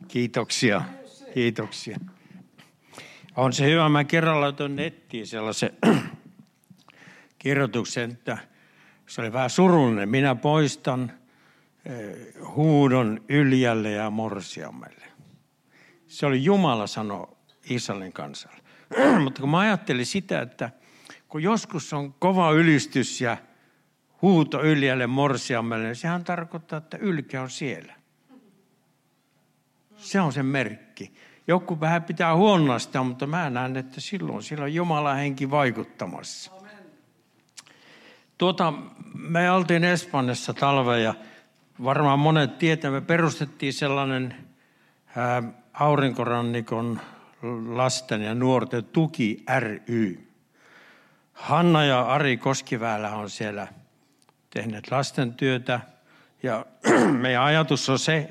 Kiitoksia. On se hyvä. Mä kerran laitoin nettiin sellaisen kirjoituksen, että se oli vähän surullinen. Minä poistan huudon Yljälle ja Morsiamelle. Se oli Jumala sanoi Israelin kansalle. Mutta kun mä ajattelin sitä, että kun joskus on kova ylistys ja huuto Yljälle Morsiamelle, niin sehän tarkoittaa, että Ylkä on siellä. Se on se merkki. Joku vähän pitää huonoa sitä, mutta mä näen, että silloin siellä on Jumalan henki vaikuttamassa. Me oltiin Espanjassa talven ja varmaan monet tietää, me perustettiin sellainen aurinkorannikon lasten ja nuorten tuki ry. Hanna ja Ari Koskiväälä on siellä tehneet lastentyötä ja meidän ajatus on se,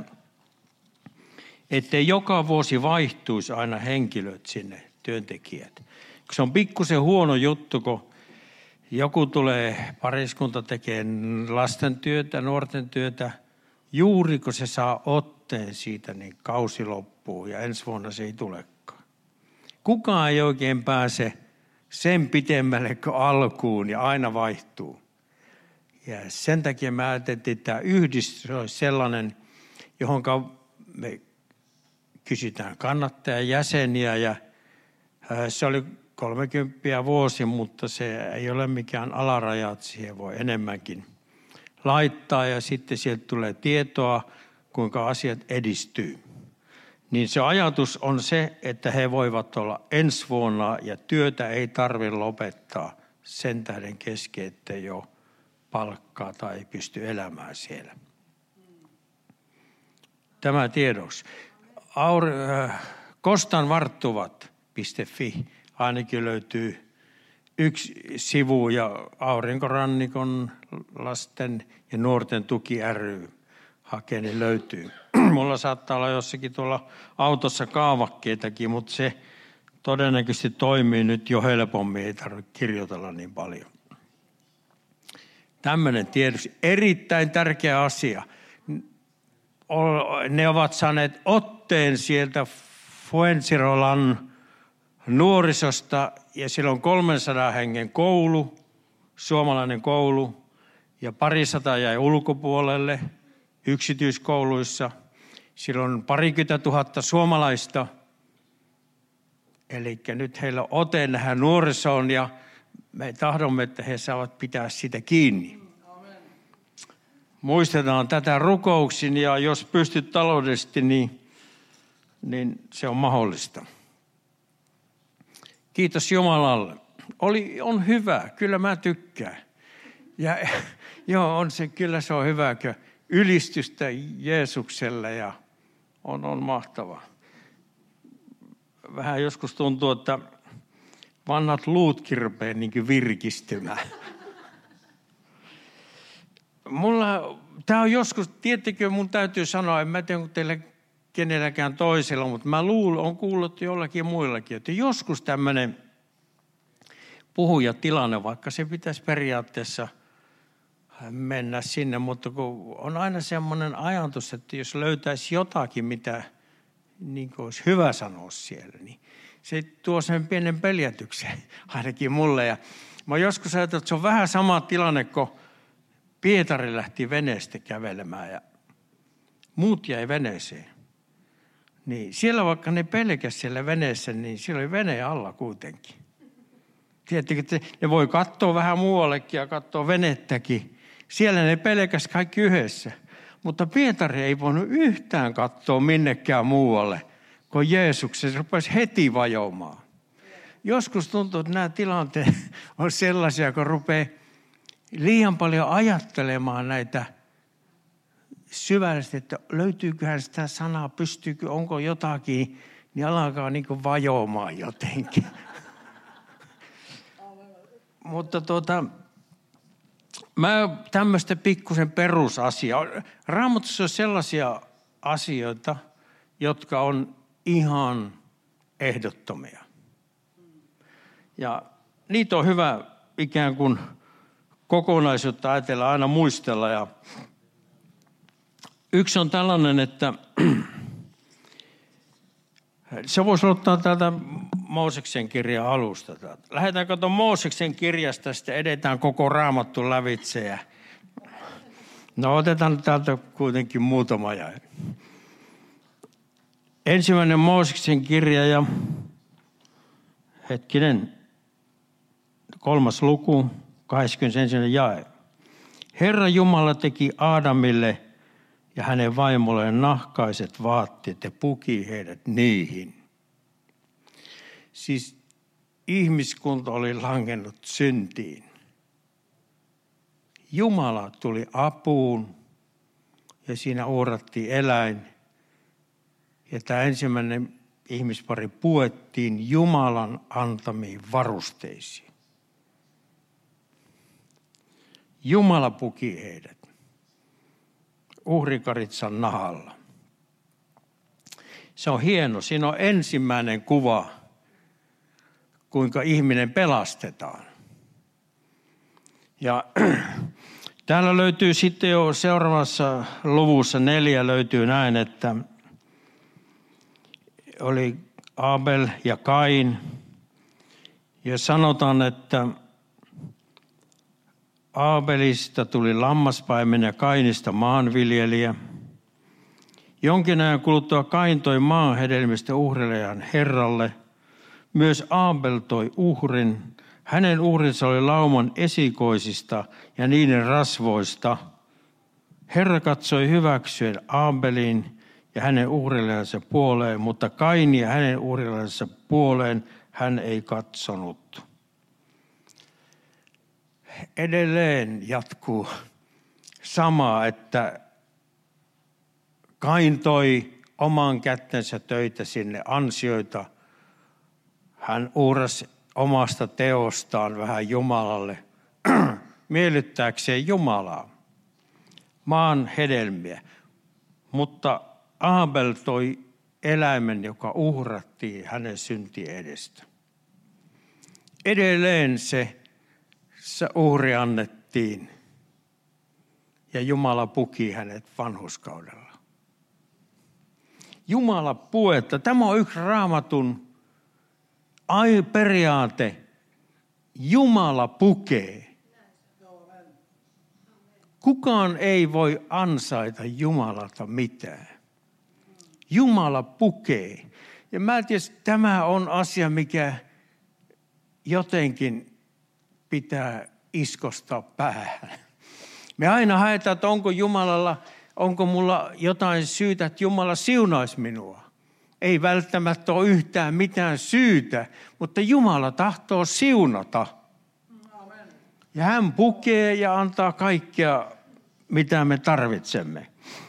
ettei joka vuosi vaihtuisi aina henkilöt sinne, työntekijät. Se on pikkusen huono juttu, kun joku tulee, pariskunta tekee lastentyötä, nuorten työtä, juuri kun se saa otteen siitä, niin kausi loppuu ja ensi vuonna se ei tulekaan. Kukaan ei oikein pääse sen pitemmälle kuin alkuun ja aina vaihtuu. Ja sen takia mä ajattelin, että tämä yhdistys olisi sellainen, johon me kysytään kannattajajäseniä ja se oli 30 vuosi, mutta se ei ole mikään alaraja, että siihen voi enemmänkin laittaa ja sitten sieltä tulee tietoa, kuinka asiat edistyy. Niin se ajatus on se, että he voivat olla ensi vuonna ja työtä ei tarvitse lopettaa sen tähden kesken, että ei ole palkkaa tai ei pysty elämään siellä. Tämä tiedoksi. Kostanvarttuvat.fi ainakin löytyy yksi sivu ja aurinkorannikon lasten ja nuorten tuki ry hakee, niin löytyy. Mulla saattaa olla jossakin tuolla autossa kaavakkeitakin, mutta se todennäköisesti toimii nyt jo helpommin, ei tarvitse kirjoitella niin paljon. Tämmöinen tiedotus, erittäin tärkeä asia. Ne ovat saaneet otteen sieltä Fuengirolan nuorisosta ja siellä on 300 hengen koulu, suomalainen koulu ja 200 jäi ulkopuolelle yksityiskouluissa. Siellä on 20 000 suomalaista, eli nyt heillä on ote nähdä nuorisoon ja me tahdomme, että he saavat pitää sitä kiinni. Muistetaan tätä rukouksin ja jos pystyt taloudellisesti, niin se on mahdollista. Kiitos Jumalalle. On hyvä, kyllä mä tykkään. Ja joo, kyllä se on hyvä, ylistystä Jeesukselle ja on mahtavaa. Vähän joskus tuntuu, että vanhat luutkin rupeaa niin virkistymään. Tämä on joskus, tiettikö mun täytyy sanoa, en mä tiedä onko teillä kenelläkään toisella, mutta mä olen kuullut jollakin muillakin, että joskus tämmöinen puhujatilanne, vaikka se pitäisi periaatteessa mennä sinne, mutta kun on aina semmoinen ajatus, että jos löytäisi jotakin, mitä niin olisi hyvä sanoa siellä, niin se tuo sen pienen peljätyksen ainakin mulle. Ja mä joskus ajatellut, että se on vähän sama tilanne, kun Pietari lähti veneestä kävelemään ja muut jäi veneeseen. Niin siellä vaikka ne pelkäs siellä veneessä, niin siellä oli vene alla kuitenkin. Tiedättekö, että ne voi katsoa vähän muuallekin ja katsoa venettäkin. Siellä ne pelkäs kaikki yhdessä. Mutta Pietari ei voinut yhtään katsoa minnekään muualle, kun Jeesuksen rupesi heti vajoamaan. Joskus tuntuu, että nämä tilanteet on sellaisia, kun rupeaa liian paljon ajattelemaan näitä syvällisesti, että löytyyköhän sitä sanaa, pystyykö, onko jotakin, niin alkaa niin kuin vajoamaan jotenkin. Mutta mä tämmöistä pikkusen perusasiaa. Raamatussa on sellaisia asioita, jotka on ihan ehdottomia. Ja niitä on hyvä ikään kuin kokonaisuutta ajatella aina muistella. Ja yksi on tällainen, että Se voisi ottaa täältä Mooseksen kirjan alusta. Lähdetään katsomaan Mooseksen kirjasta, sitten edetään koko Raamattu lävitse. No otetaan täältä kuitenkin muutama jäi. Ensimmäinen Mooseksen kirja ja 3. luku, 21. jae. Herra Jumala teki Aadamille ja hänen vaimolleen nahkaiset vaatteet ja puki heidät niihin. Siis ihmiskunta oli langennut syntiin. Jumala tuli apuun ja siinä uhrattiin eläin. Ja tämä ensimmäinen ihmispari puettiin Jumalan antamiin varusteisiin. Jumala puki heidät uhrikaritsan nahalla. Se on hieno. Siinä on ensimmäinen kuva, kuinka ihminen pelastetaan. Ja täällä löytyy sitten jo seuraavassa luvussa 4 löytyy näin, että oli Abel ja Kain. Ja sanotaan, että Abelista tuli lammaspaimen ja Kainista maanviljelijä. Jonkin ajan kuluttua Kain toi maan hedelmistä uhrillejan Herralle. Myös Abel toi uhrin. Hänen uhrinsa oli lauman esikoisista ja niiden rasvoista. Herra katsoi hyväksyen Abelin ja hänen uhrillejansa puoleen, mutta Kain ja hänen uhrillejansa puoleen hän ei katsonut. Edelleen jatkuu sama, että Kain toi oman kättensä töitä sinne ansioita. Hän uhrasi omasta teostaan vähän Jumalalle, miellyttääkseen Jumalaa, maan hedelmiä. Mutta Abel toi eläimen, joka uhrattiin hänen syntien edestä. Edelleen se uhri annettiin ja Jumala puki hänet vanhurskaudella. Jumala puetta. Tämä on yksi Raamatun periaate. Jumala pukee. Kukaan ei voi ansaita Jumalalta mitään. Jumala pukee. Ja mä tiedän, tämä on asia, mikä jotenkin pitää iskostaa päähän. Me aina haetaan, että onko mulla jotain syytä, että Jumala siunaisi minua. Ei välttämättä ole yhtään mitään syytä, mutta Jumala tahtoo siunata. Amen. Ja hän pukee ja antaa kaikkea, mitä me tarvitsemme.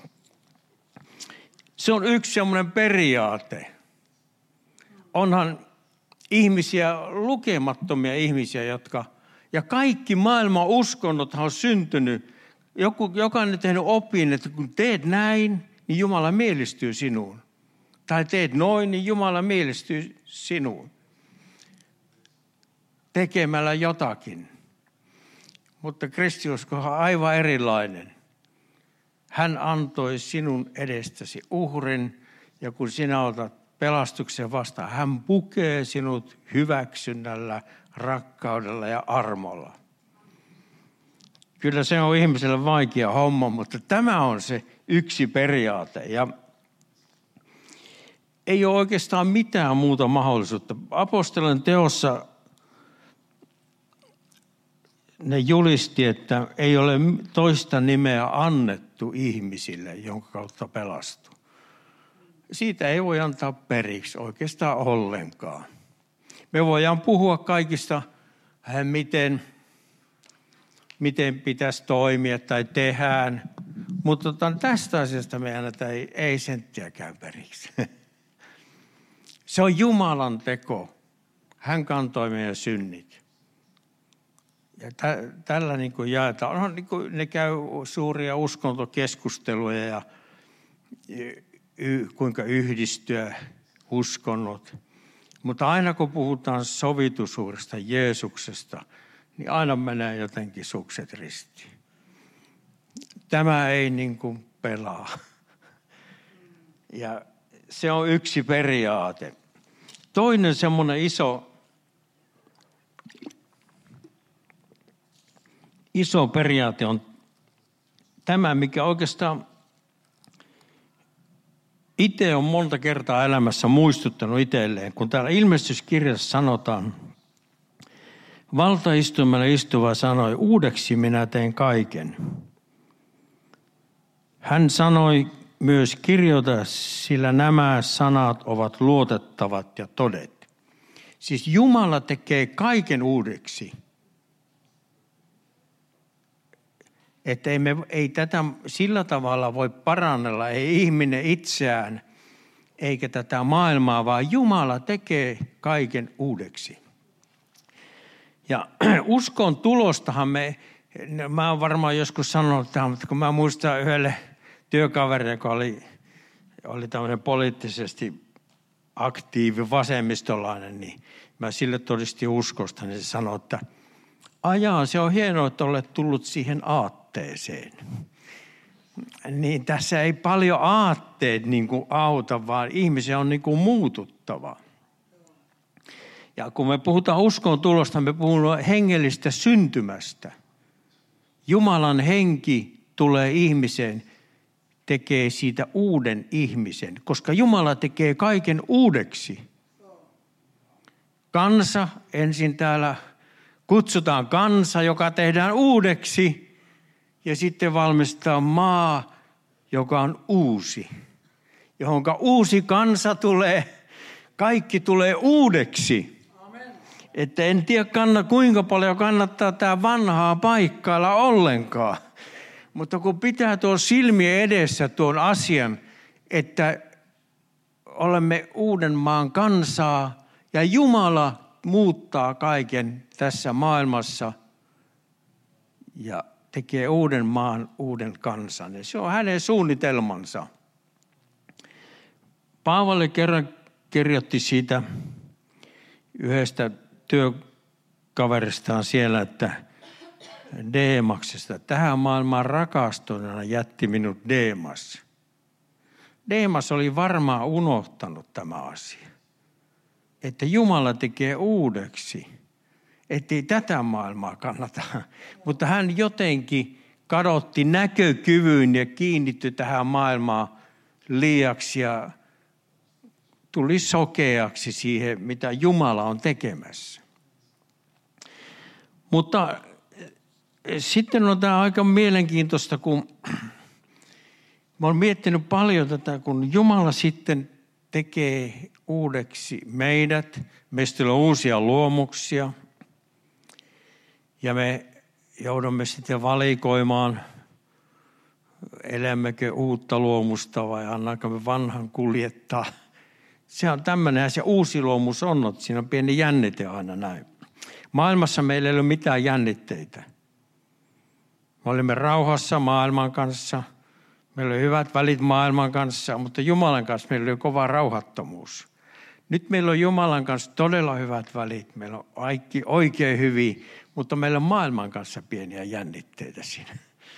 Se on yksi semmoinen periaate. Onhan ihmisiä, lukemattomia ihmisiä, ja kaikki maailman uskonnothan on syntynyt. Jokainen on tehnyt opin, että kun teet näin, niin Jumala mielistyy sinuun. Tai teet noin, niin Jumala mielistyy sinuun. Tekemällä jotakin. Mutta kristiusko on aivan erilainen. Hän antoi sinun edestäsi uhrin, ja kun sinä otat pelastuksen vastaan, hän pukee sinut hyväksynnällä, rakkaudella ja armolla. Kyllä se on ihmiselle vaikea homma, mutta tämä on se yksi periaate. Ja ei ole oikeastaan mitään muuta mahdollisuutta. Apostolien teossa ne julisti, että ei ole toista nimeä annettu ihmisille, jonka kautta pelastuu. Siitä ei voi antaa periksi oikeastaan ollenkaan. Me voidaan puhua kaikista, miten pitäisi toimia tai tehdään, mutta tästä asiasta me annetaan ei senttiäkään periksi. Se on Jumalan teko. Hän kantoi meidän synnit. Ja tällä niin kuin jaetaan. Onhan, niin kuin ne käy suuria uskontokeskusteluja ja kuinka yhdistyä uskonnot. Mutta aina kun puhutaan sovitusuhrista Jeesuksesta, niin aina menee jotenkin sukset ristiin. Tämä ei niin kuin pelaa. Ja se on yksi periaate. Toinen semmoinen iso periaate on tämä, mikä oikeastaan itse on monta kertaa elämässä muistuttanut itselleen, kun täällä ilmestyskirjassa sanotaan, valtaistuimella istuva sanoi, uudeksi minä teen kaiken. Hän sanoi myös kirjoita, sillä nämä sanat ovat luotettavat ja todet. Siis Jumala tekee kaiken uudeksi. Että ei tätä sillä tavalla voi parannella, ei ihminen itseään eikä tätä maailmaa, vaan Jumala tekee kaiken uudeksi. Ja uskon tulostahan mä oon varmaan joskus sanonut tähän, mutta kun mä muistan yhdelle työkaverille, joka oli tämmöinen poliittisesti aktiivi vasemmistolainen, niin mä sille todistin uskosta, niin se sanoi, että se on hienoa, että olet tullut siihen aatteeseen. Niin tässä ei paljon aatteet niin kuin auta, vaan ihmisen on niin kuin muututtava. Ja kun me puhutaan uskon tulosta, me puhumme hengellistä syntymästä. Jumalan henki tulee ihmiseen, tekee siitä uuden ihmisen, koska Jumala tekee kaiken uudeksi. Kansa, ensin täällä kutsutaan kansa, joka tehdään uudeksi, ja sitten valmistetaan maa, joka on uusi, johonka uusi kansa tulee, kaikki tulee uudeksi. Amen. Että en tiedä kuinka paljon kannattaa tämä vanhaa paikkailla ollenkaan. Mutta kun pitää tuon silmien edessä tuon asian, että olemme uuden maan kansaa ja Jumala muuttaa kaiken tässä maailmassa ja tekee uuden maan, uuden kansan. Ja se on hänen suunnitelmansa. Paavali kerran kirjoitti siitä yhdestä työkaveristaan siellä, että Deemaksesta. Tähän maailmaan rakastuneena jätti minut Deemas. Deemas oli varmaan unohtanut tämä asia. Että Jumala tekee uudeksi. Ettei tätä maailmaa kannata. Mutta hän jotenkin kadotti näkökyvyn ja kiinnittyi tähän maailmaan liiaksi ja tuli sokeaksi siihen, mitä Jumala on tekemässä. Mutta sitten on tämä aika mielenkiintoista, kun mä oon miettinyt paljon tätä, kun Jumala sitten tekee uudeksi meidät. Meistä on uusia luomuksia ja me joudumme sitten valikoimaan, elämmekö uutta luomusta vai annaanko me vanhan kuljettaa. Se on tämmöinen, se uusi luomus on, että siinä on pieni jännite aina näin. Maailmassa meillä ei ole mitään jännitteitä. Me olimme rauhassa maailman kanssa. Meillä oli hyvät välit maailman kanssa, mutta Jumalan kanssa meillä oli kova rauhattomuus. Nyt meillä on Jumalan kanssa todella hyvät välit. Meillä on kaikki oikein hyviä, mutta meillä on maailman kanssa pieniä jännitteitä siinä.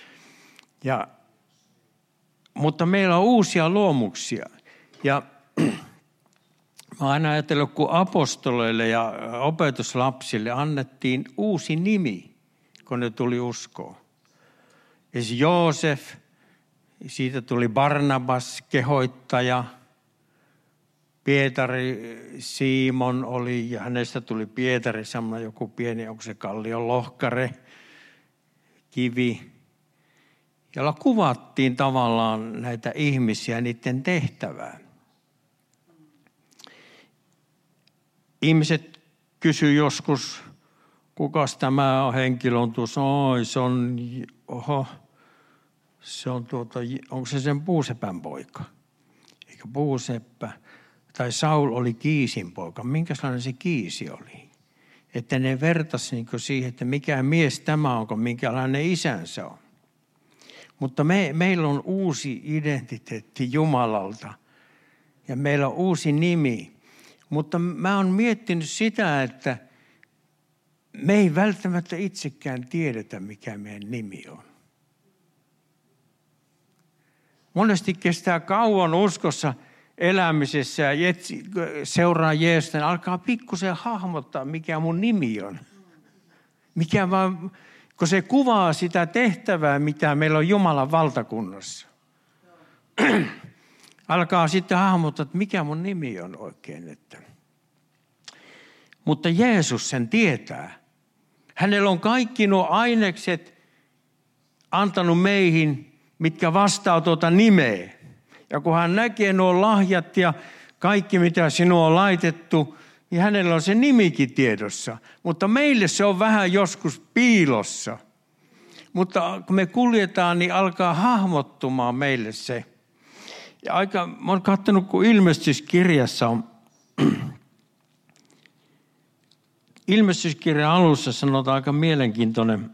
Mutta meillä on uusia luomuksia. Ja mä aina ajatellut, kun apostoleille ja opetuslapsille annettiin uusi nimi, kun ne tuli uskoon. Esimerkiksi Joosef, siitä tuli Barnabas, kehoittaja. Pietari, Simon oli, ja hänestä tuli Pietari, semmoinen joku pieni, onko se kallion lohkare, kivi. Jolla kuvattiin tavallaan näitä ihmisiä, niiden tehtävää. Ihmiset kysyy joskus, kukas tämä henkilö on tuossa? Onko se sen puusepän poika? Eikä puuseppä. Tai Saul oli Kiisin poika. Minkälainen se Kiisi oli? Että ne vertasi siihen, että mikä mies tämä on, minkälainen isänsä on. Mutta meillä on uusi identiteetti Jumalalta ja meillä on uusi nimi. Mutta mä oon miettinyt sitä, että me ei välttämättä itsekään tiedetä, mikä meidän nimi on. Monesti kestää kauan uskossa, elämisessä ja seuraa Jeesusta, niin alkaa pikkusen hahmottaa, mikä mun nimi on. Kun se kuvaa sitä tehtävää, mitä meillä on Jumalan valtakunnassa. Alkaa sitten hahmottaa, että mikä mun nimi on oikein. Mutta Jeesus sen tietää. Hänellä on kaikki nuo ainekset antanut meihin, mitkä vastaa tuota nimeä. Ja kun hän näkee nuo lahjat ja kaikki, mitä sinua on laitettu, niin hänellä on se nimikin tiedossa. Mutta meille se on vähän joskus piilossa. Mutta kun me kuljetaan, niin alkaa hahmottumaan meille se. Ja mä oon katsonut, kun ilmestyskirjassa on, ilmestyskirjan alussa sanotaan aika mielenkiintoinen.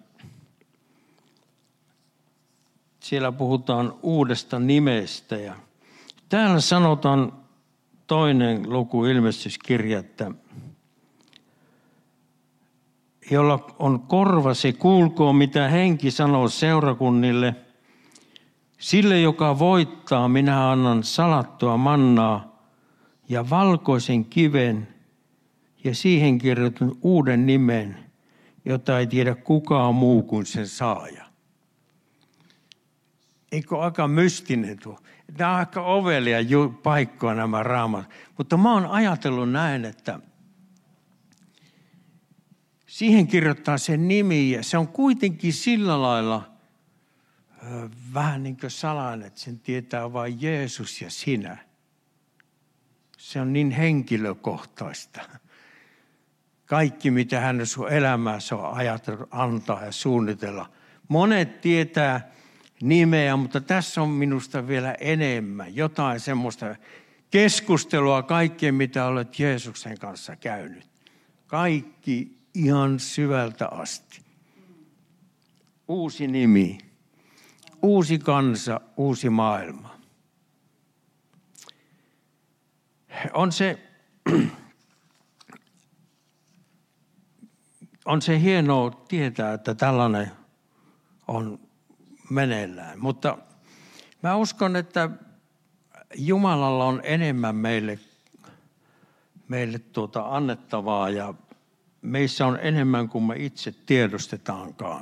Siellä puhutaan uudesta nimestä ja täällä sanotaan 2. luku ilmestyskirja, että jolla on korva, se kuulkoon, mitä henki sanoo seurakunnille. Sille, joka voittaa, minä annan salattua mannaa ja valkoisen kiven ja siihen kirjoitun uuden nimen, jota ei tiedä kukaan muu kuin sen saaja. Eikö aika mystinen tuo? Nämä on aika ovelia paikkoja nämä raamat. Mutta mä oon ajatellut näin, että siihen kirjoittaa sen nimi ja se on kuitenkin sillä lailla vähän niin kuin salainen, että sen tietää vain Jeesus ja sinä. Se on niin henkilökohtaista. Kaikki, mitä hän sun elämässä on ajatellut antaa ja suunnitella. Monet tietää nimeä, mutta tässä on minusta vielä enemmän. Jotain semmoista keskustelua kaikkeen, mitä olet Jeesuksen kanssa käynyt. Kaikki ihan syvältä asti. Uusi nimi, uusi kansa, uusi maailma. On se hienoa tietää, että tällainen on meneillään. Mutta mä uskon, että Jumalalla on enemmän meille annettavaa ja meissä on enemmän kuin me itse tiedostetaankaan.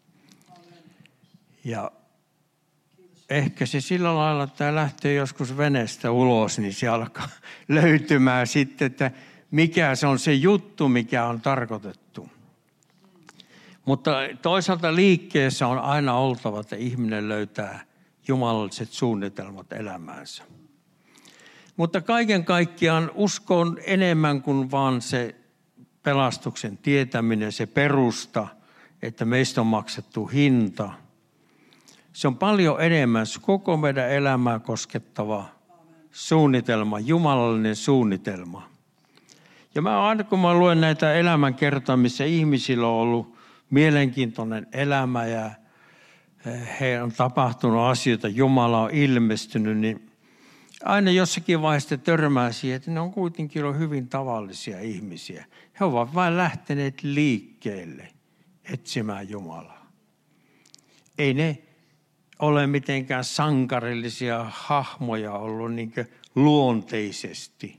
Ja ehkä se sillä lailla, että tämä lähtee joskus veneestä ulos, niin se alkaa löytymään sitten, että mikä se on se juttu, mikä on tarkoitettu. Mutta toisaalta liikkeessä on aina oltava, että ihminen löytää jumalalliset suunnitelmat elämäänsä. Mutta kaiken kaikkiaan usko on enemmän kuin vaan se pelastuksen tietäminen, se perusta, että meistä on maksettu hinta. Se on paljon enemmän koko meidän elämää koskettava suunnitelma, jumalallinen suunnitelma. Ja aina kun mä luen näitä elämänkertoja, missä ihmisillä on ollut mielenkiintoinen elämä ja he on tapahtunut asioita, Jumala on ilmestynyt, niin aina jossakin vaiheessa törmää siihen, että ne on kuitenkin ollut hyvin tavallisia ihmisiä. He ovat vain lähteneet liikkeelle etsimään Jumalaa. Ei ne ole mitenkään sankarillisia hahmoja ollut niin kuin luonteisesti.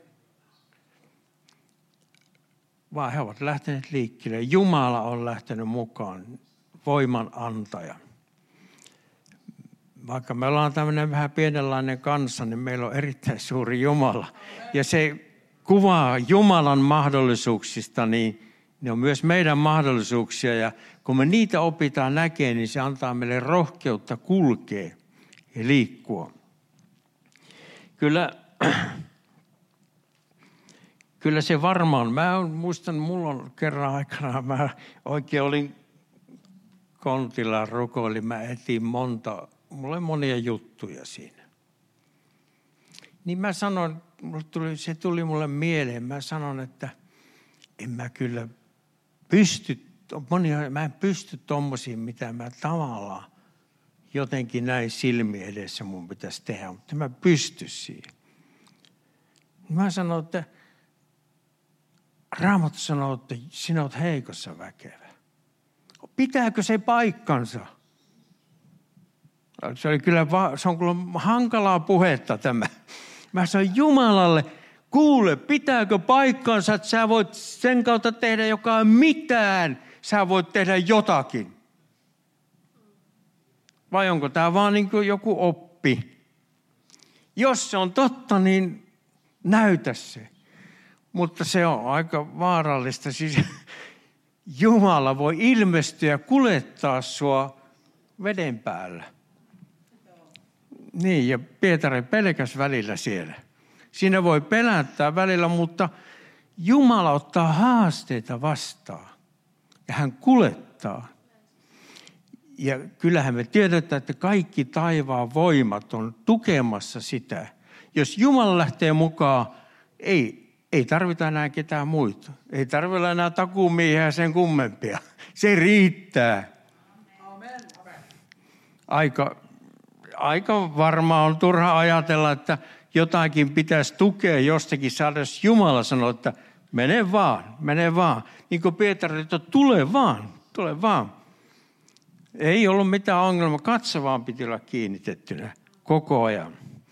Vaan he ovat lähteneet liikkeelle. Jumala on lähtenyt mukaan, voiman antaja. Vaikka me ollaan tämmöinen vähän pienenlainen kansa, niin meillä on erittäin suuri Jumala. Ja se kuvaa Jumalan mahdollisuuksista, niin ne on myös meidän mahdollisuuksia. Ja kun me niitä opitaan näkemään, niin se antaa meille rohkeutta kulkea ja liikkua. Kyllä se varmaan, mä muistan, mulla on kerran aikana, mä oikein olin kontilla, rukoilin, mä etin mulla oli monia juttuja siinä. Niin mä sanoin, se tuli mulle mieleen, mä sanon, että en mä kyllä mä en pysty tommosiin, mitä mä tavallaan jotenkin näin silmi edessä mun pitäisi tehdä, mutta mä pysty siihen. Mä sanoin, että Raamattu sanoo, että sinä olet heikossa väkevä. Pitääkö se paikkansa? Se on kyllä hankalaa puhetta tämä. Mä sanoin Jumalalle, kuule, pitääkö paikkaansa, että sä voit sen kautta tehdä joka mitään. Sä voit tehdä jotakin. Vai onko tämä vaan niin kuin joku oppi? Jos se on totta, niin näytä se. Mutta se on aika vaarallista. Siis Jumala voi ilmestyä ja kuljettaa sua veden päällä. Niin, ja Pietari pelkäs välillä siellä. Siinä voi pelättää välillä, mutta Jumala ottaa haasteita vastaan. Ja hän kuljettaa. Ja kyllähän me tiedetään, että kaikki taivaan voimat on tukemassa sitä. Jos Jumala lähtee mukaan, ei tarvita enää ketään muita. Ei tarvita enää takuumiehiä sen kummempia. Se riittää. Aika varmaan on turha ajatella, että jotakin pitäisi tukea jostakin saada, jos Jumala sanoo, että mene vaan. Niin kuin Pietari, että tule vaan. Ei ollut mitään ongelmaa, katso vaan piti olla kiinnitettynä koko ajan.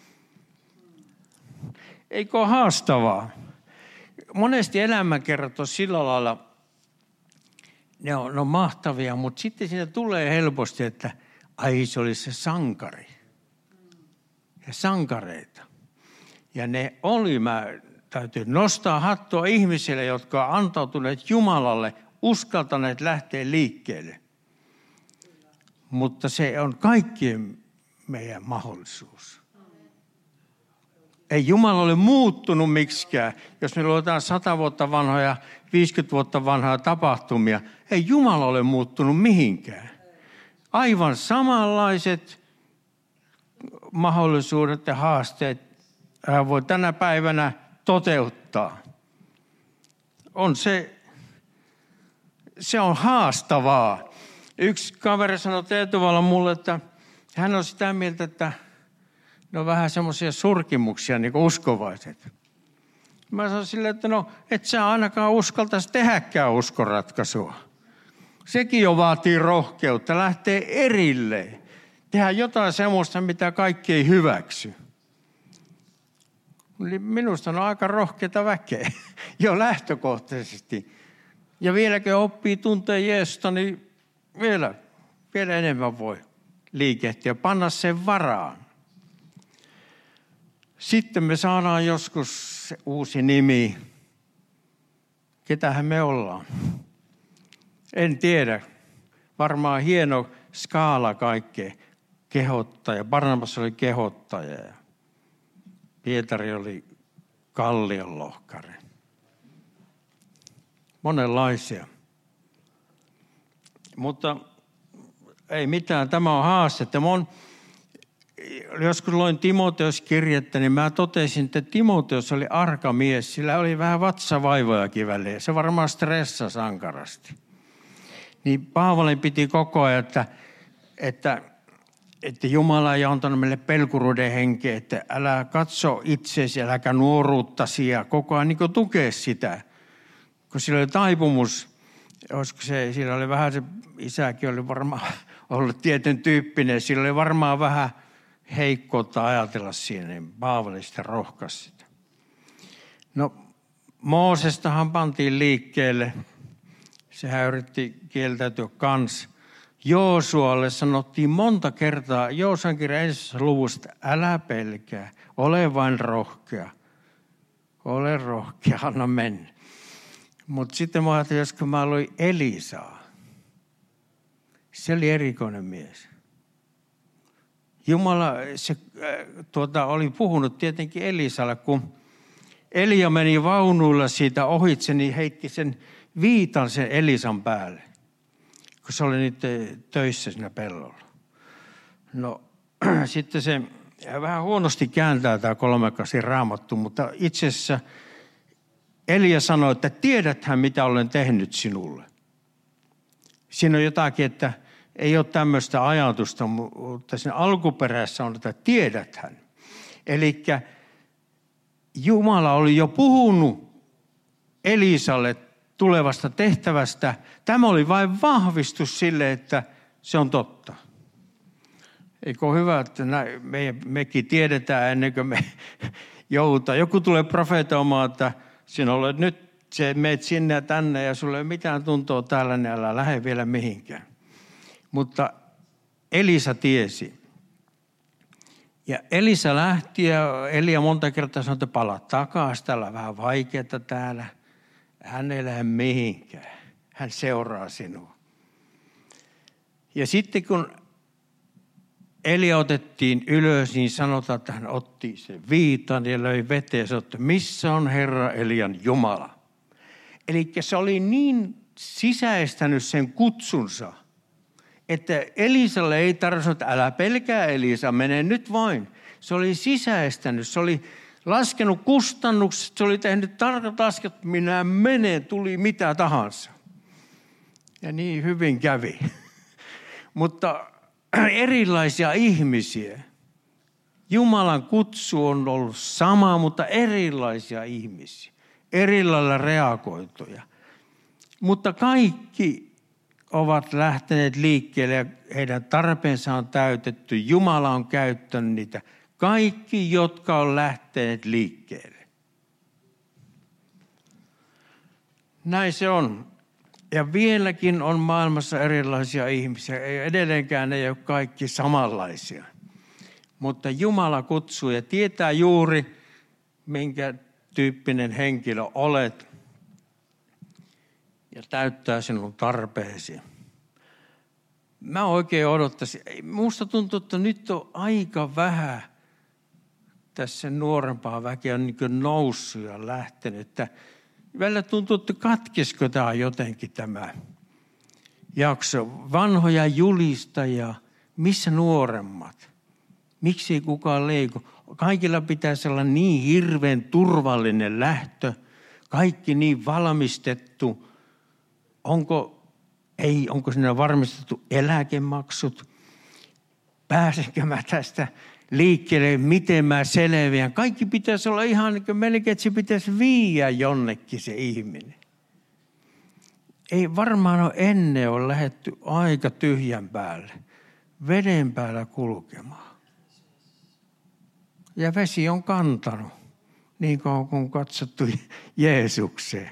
Eikö ole haastavaa? Monesti elämänkerrat on sillä lailla, ne on mahtavia, mutta sitten siinä tulee helposti, että ai se oli se sankari. Ja sankareita. Ja ne oli, mä täytyy nostaa hattua ihmisille, jotka on antautuneet Jumalalle, uskaltaneet lähteä liikkeelle. Mutta se on kaikkien meidän mahdollisuus. Ei Jumala ole muuttunut miksikään. Jos me luetaan 100 vuotta vanhoja, 50 vuotta vanhoja tapahtumia, ei Jumala ole muuttunut mihinkään. Aivan samanlaiset mahdollisuudet ja haasteet hän voi tänä päivänä toteuttaa. Se on haastavaa. Yksi kaveri sanoi Teetuvalla mulle, että hän on sitä mieltä, että ne on vähän semmoisia surkimuksia, niin kuin uskovaiset. Mä sanoin silleen, että no, et sä ainakaan uskaltaisi tehdäkään uskonratkaisua. Sekin jo vaatii rohkeutta, lähtee erilleen. Tehdä jotain semmoista, mitä kaikki ei hyväksy. Minusta on aika rohkeata väkeä, jo lähtökohtaisesti. Ja vieläkin oppii tuntee Jeesusta, niin vielä enemmän voi liikehtiä, panna sen varaan. Sitten me saadaan joskus se uusi nimi. Ketähän me ollaan? En tiedä. Varmaan hieno skaala kaikkea. Kehottaja. Barnabas oli kehottaja. Pietari oli kallionlohkari. Monenlaisia. Mutta ei mitään, tämä on haaste. Joskus luin Timoteus-kirjettä, niin mä totesin, että Timoteus oli arka mies. Sillä oli vähän vatsavaivojakin väliin. Se varmaan stressasi ankarasti. Niin Paavalin piti koko ajan, että Jumala ei antanut meille pelkuruuden henkeä, että älä katso itseesi, äläkä nuoruuttasi ja koko ajan niin tukea sitä. Kun sillä oli taipumus, sillä oli vähän se isäkin oli varmaan ollut tietyn tyyppinen, sillä oli varmaan vähän heikkoutta ajatella siinä, niin Paavali sitä rohkaisi sitä. No Moosestahan pantiin liikkeelle, sehän yritti kieltäytyä kanssa. Joosualle sanottiin monta kertaa, Joosuan kirjan 1. luvusta, älä pelkää, ole vain rohkea. Ole rohkea, anna mennä. Mutta sitten mä ajattelin, jos mä luin Elisaa. Se oli erikoinen mies. Jumala oli puhunut tietenkin Elisalle, kun Elia meni vaunuilla siitä ohitse, niin heitti sen viitan sen Elisan päälle, kun se oli niiden töissä siinä pellolla. No sitten se vähän huonosti kääntää tämä 3:8 Raamattu, mutta itse asiassa Elia sanoi, että tiedäthän mitä olen tehnyt sinulle. Siinä on jotakin, että ei ole tämmöistä ajatusta, mutta sen alkuperässä on, että tiedäthän. Eli Jumala oli jo puhunut Elisalle tulevasta tehtävästä. Tämä oli vain vahvistus sille, että se on totta. Eikö ole hyvä, että mekin tiedetään ennen kuin me jouta. Joku tulee profetoimaan, että sinä olet nyt, se meet sinne ja tänne ja sulla ei ole mitään tuntoa täällä, niin älä lähde vielä mihinkään. Mutta Elisa tiesi. Ja Elisa lähti ja Elia monta kertaa sanoi, että palaa takaisin, täällä on vähän vaikeaa täällä. Hän ei lähde mihinkään. Hän seuraa sinua. Ja sitten kun Elia otettiin ylös, niin sanotaan, että hän otti sen viitan ja löi veteen ja sanoi, että missä on Herra Elian Jumala. Eli se oli niin sisäistänyt sen kutsunsa, että Elisalle ei tarvitse, että älä pelkää Elisa, mene nyt vain. Se oli sisäistänyt, se oli laskenut kustannukset, se oli tehnyt tarkat lasket, minä menen, tuli mitä tahansa. Ja niin hyvin kävi. Mutta erilaisia ihmisiä. Jumalan kutsu on ollut sama, mutta erilaisia ihmisiä. Eri lailla reagoituja. Mutta kaikki ovat lähteneet liikkeelle ja heidän tarpeensa on täytetty. Jumala on käyttänyt niitä. Kaikki, jotka on lähteneet liikkeelle. Näin se on. Ja vieläkin on maailmassa erilaisia ihmisiä. Edelleenkään ei ole kaikki samanlaisia. Mutta Jumala kutsuu ja tietää juuri, minkä tyyppinen henkilö olet. Ja täyttää sinun tarpeesi. Mä oikein odottaisin. Musta tuntuu, että nyt on aika vähän tässä nuorempaa väkeä on niin noussut ja lähtenyt. Että välillä tuntuu, että katkesko tämä jotenkin tämä jakso. Vanhoja julistajia, missä nuoremmat? Miksi ei kukaan leiku? Kaikilla pitäisi olla niin hirveän turvallinen lähtö. Kaikki niin valmistettu. Onko siinä varmistettu eläkemaksut? Pääsenkö mä tästä liikkeelle? Miten mä selviän? Kaikki pitäisi olla ihan niin kuin melkein, että se pitäisi viiä jonnekin se ihminen. Ei varmaan ole ennen ole lähdetty aika tyhjän päälle, veden päällä kulkemaan. Ja vesi on kantanut niin kauan kuin katsottu Jeesukseen.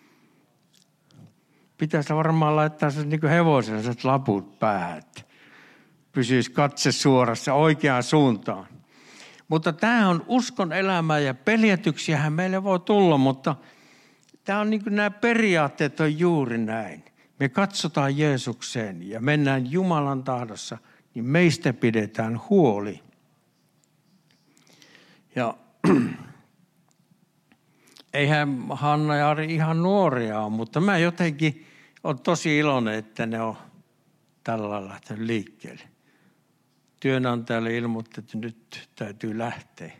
Pitäisi varmaan laittaa se niin kuin hevoselliset laput päähän. Pysyisi katse suorassa oikeaan suuntaan. Mutta tämä on uskon elämää ja peljätyksiähän meille voi tulla, mutta tämä on niin kuin nämä periaatteet on juuri näin. Me katsotaan Jeesukseen ja mennään Jumalan tahdossa, niin meistä pidetään huoli. Ja eihän Hanna ja Ari ihan nuoria ole, mutta mä jotenkin olen tosi iloinen, että ne on tällä lailla lähtenyt liikkeelle. Työnantajalle ilmoitti, että nyt täytyy lähteä.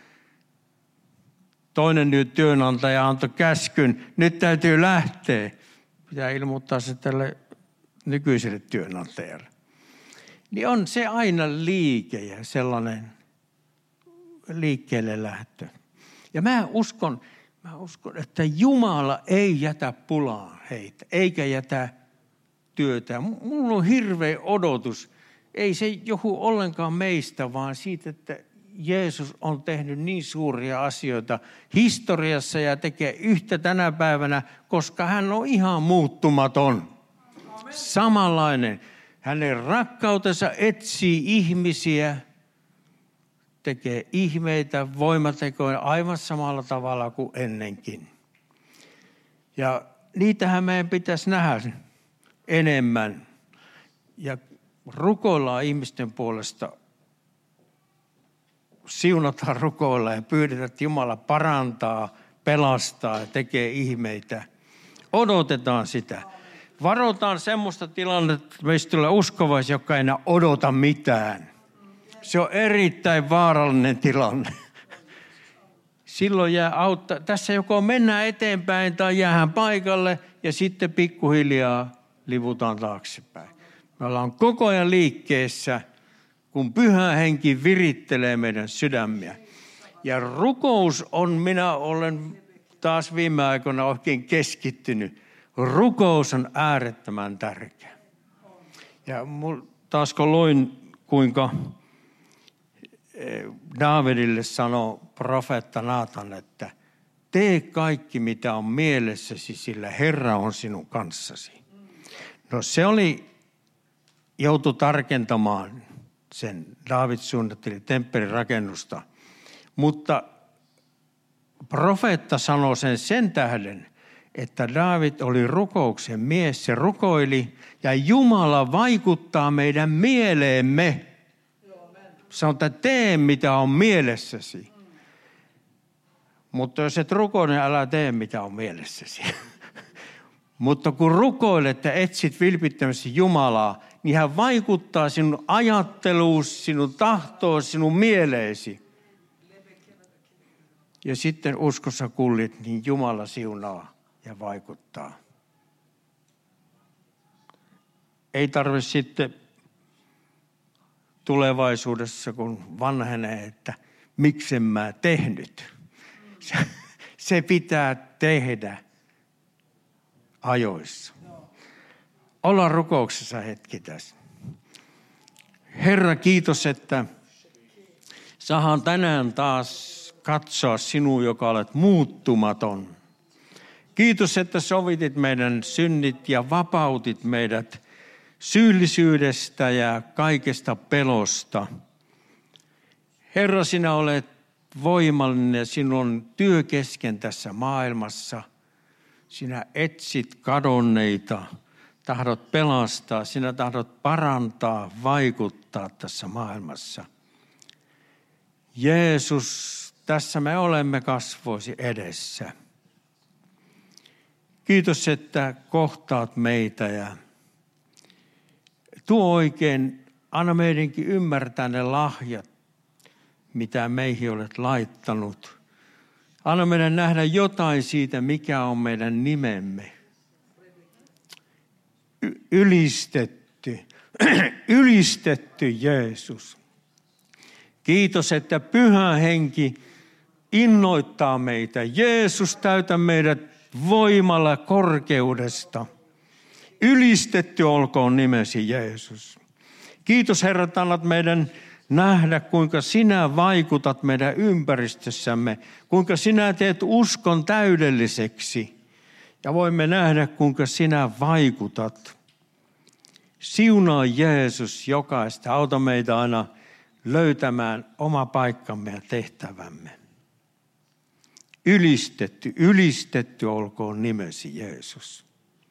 Toinen nyt työnantaja antoi käskyn, nyt täytyy lähteä. Pitää ilmoittaa se tälle nykyiselle työnantajalle. Niin on se aina liike ja sellainen liikkeelle lähtö. Ja mä uskon, että Jumala ei jätä pulaan heitä, eikä jätä työtä. Mulla on hirveä odotus. Ei se joku ollenkaan meistä, vaan siitä, että Jeesus on tehnyt niin suuria asioita historiassa ja tekee yhtä tänä päivänä, koska hän on ihan muuttumaton. Samanlainen. Hänen rakkautensa etsii ihmisiä, tekee ihmeitä, voimatekoja aivan samalla tavalla kuin ennenkin. Ja niitähän meidän pitäisi nähdä enemmän. Ja rukoillaan ihmisten puolesta, siunataan rukoilla ja pyydetään, että Jumala parantaa, pelastaa ja tekee ihmeitä. Odotetaan sitä. Varotaan semmoista tilannetta, että meistä tulee uskovaisia, jotka ei enää odota mitään. Se on erittäin vaarallinen tilanne. Silloin jää auttaa. Tässä joko mennään eteenpäin tai jäähän paikalle ja sitten pikkuhiljaa livutaan taaksepäin. Me ollaan koko ajan liikkeessä, kun Pyhä Henki virittelee meidän sydämiä. Ja rukous on, minä olen taas viime aikoina oikein keskittynyt. Rukous on äärettömän tärkeä. Ja taas kun luin, kuinka Daavidille sanoi profeetta Naatan, että tee kaikki mitä on mielessäsi, sillä Herra on sinun kanssasi. No se joutui tarkentamaan sen. Daavid suunnitteli temppelirakennusta, mutta profeetta sanoi sen tähden, että Daavid oli rukouksen mies, se rukoili ja Jumala vaikuttaa meidän mieleemme. Sanoi, että tee mitä on mielessäsi. Mutta jos et rukoile, niin älä tee mitä on mielessäsi. Mutta kun rukoilet ja etsit vilpittömästi Jumalaa, niin hän vaikuttaa sinun ajatteluus, sinun tahtoon, sinun mieleesi. Ja sitten uskossa kullit, niin Jumala siunaa ja vaikuttaa. Ei tarvitse sitten tulevaisuudessa, kun vanhenee, että miksen mä tehnyt. Se pitää tehdä ajoissa. Ollaan rukouksessa hetki tässä. Herra, kiitos, että saadaan tänään taas katsoa sinua, joka olet muuttumaton. Kiitos, että sovitit meidän synnit ja vapautit meidät syyllisyydestä ja kaikesta pelosta. Herra, sinä olet voimallinen ja sinun on työ kesken tässä maailmassa. Sinä etsit kadonneita, tahdot pelastaa, sinä tahdot parantaa, vaikuttaa tässä maailmassa. Jeesus, tässä me olemme kasvoisi edessä. Kiitos, että kohtaat meitä ja tuo oikein, anna meidänkin ymmärtää ne lahjat, mitä meihin olet laittanut. Anna meidän nähdä jotain siitä, mikä on meidän nimemme. Ylistetty Jeesus. Kiitos, että Pyhä Henki innoittaa meitä. Jeesus, täytä meidät voimalla korkeudesta. Ylistetty olkoon nimesi Jeesus. Kiitos Herra, että annat meidän nähdä, kuinka sinä vaikutat meidän ympäristössämme, kuinka sinä teet uskon täydelliseksi ja voimme nähdä, kuinka sinä vaikutat. Siunaa Jeesus jokaista, auta meitä aina löytämään oma paikkamme ja tehtävämme. Ylistetty olkoon nimesi Jeesus.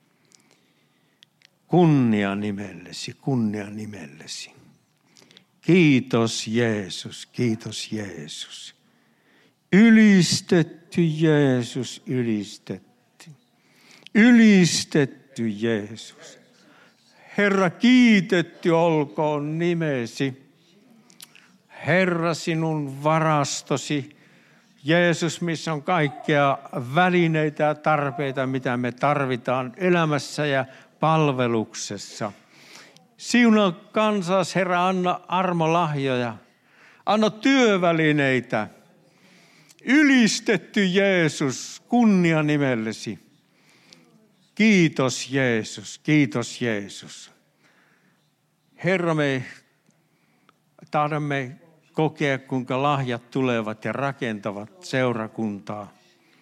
Kunnia nimellesi. Kiitos Jeesus, kiitos Jeesus. Ylistetty Jeesus, ylistetty. Ylistetty Jeesus. Herra, kiitetty olkoon nimesi. Herra, sinun varastosi. Jeesus, missä on kaikkea välineitä ja tarpeita, mitä me tarvitaan elämässä ja palveluksessa. Siunaa kansas, Herra, anna armolahjoja, anna työvälineitä. Ylistetty Jeesus, kunnia nimellesi. Kiitos Jeesus, kiitos Jeesus. Herra, me tahdomme kokea, kuinka lahjat tulevat ja rakentavat seurakuntaa.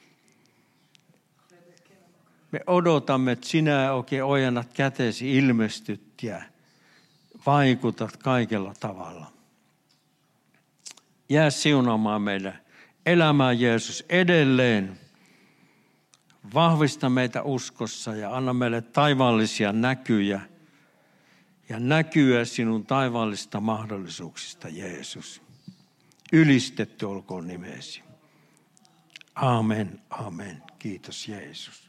Me odotamme, että sinä oikein ojennat kätesi, ilmestyt ja vaikutat kaikella tavalla. Jää siunaamaan meidän elämää, Jeesus, edelleen. Vahvista meitä uskossa ja anna meille taivaallisia näkyjä ja näkyä sinun taivaallista mahdollisuuksista, Jeesus. Ylistetty olkoon nimesi. Amen, amen. Kiitos Jeesus.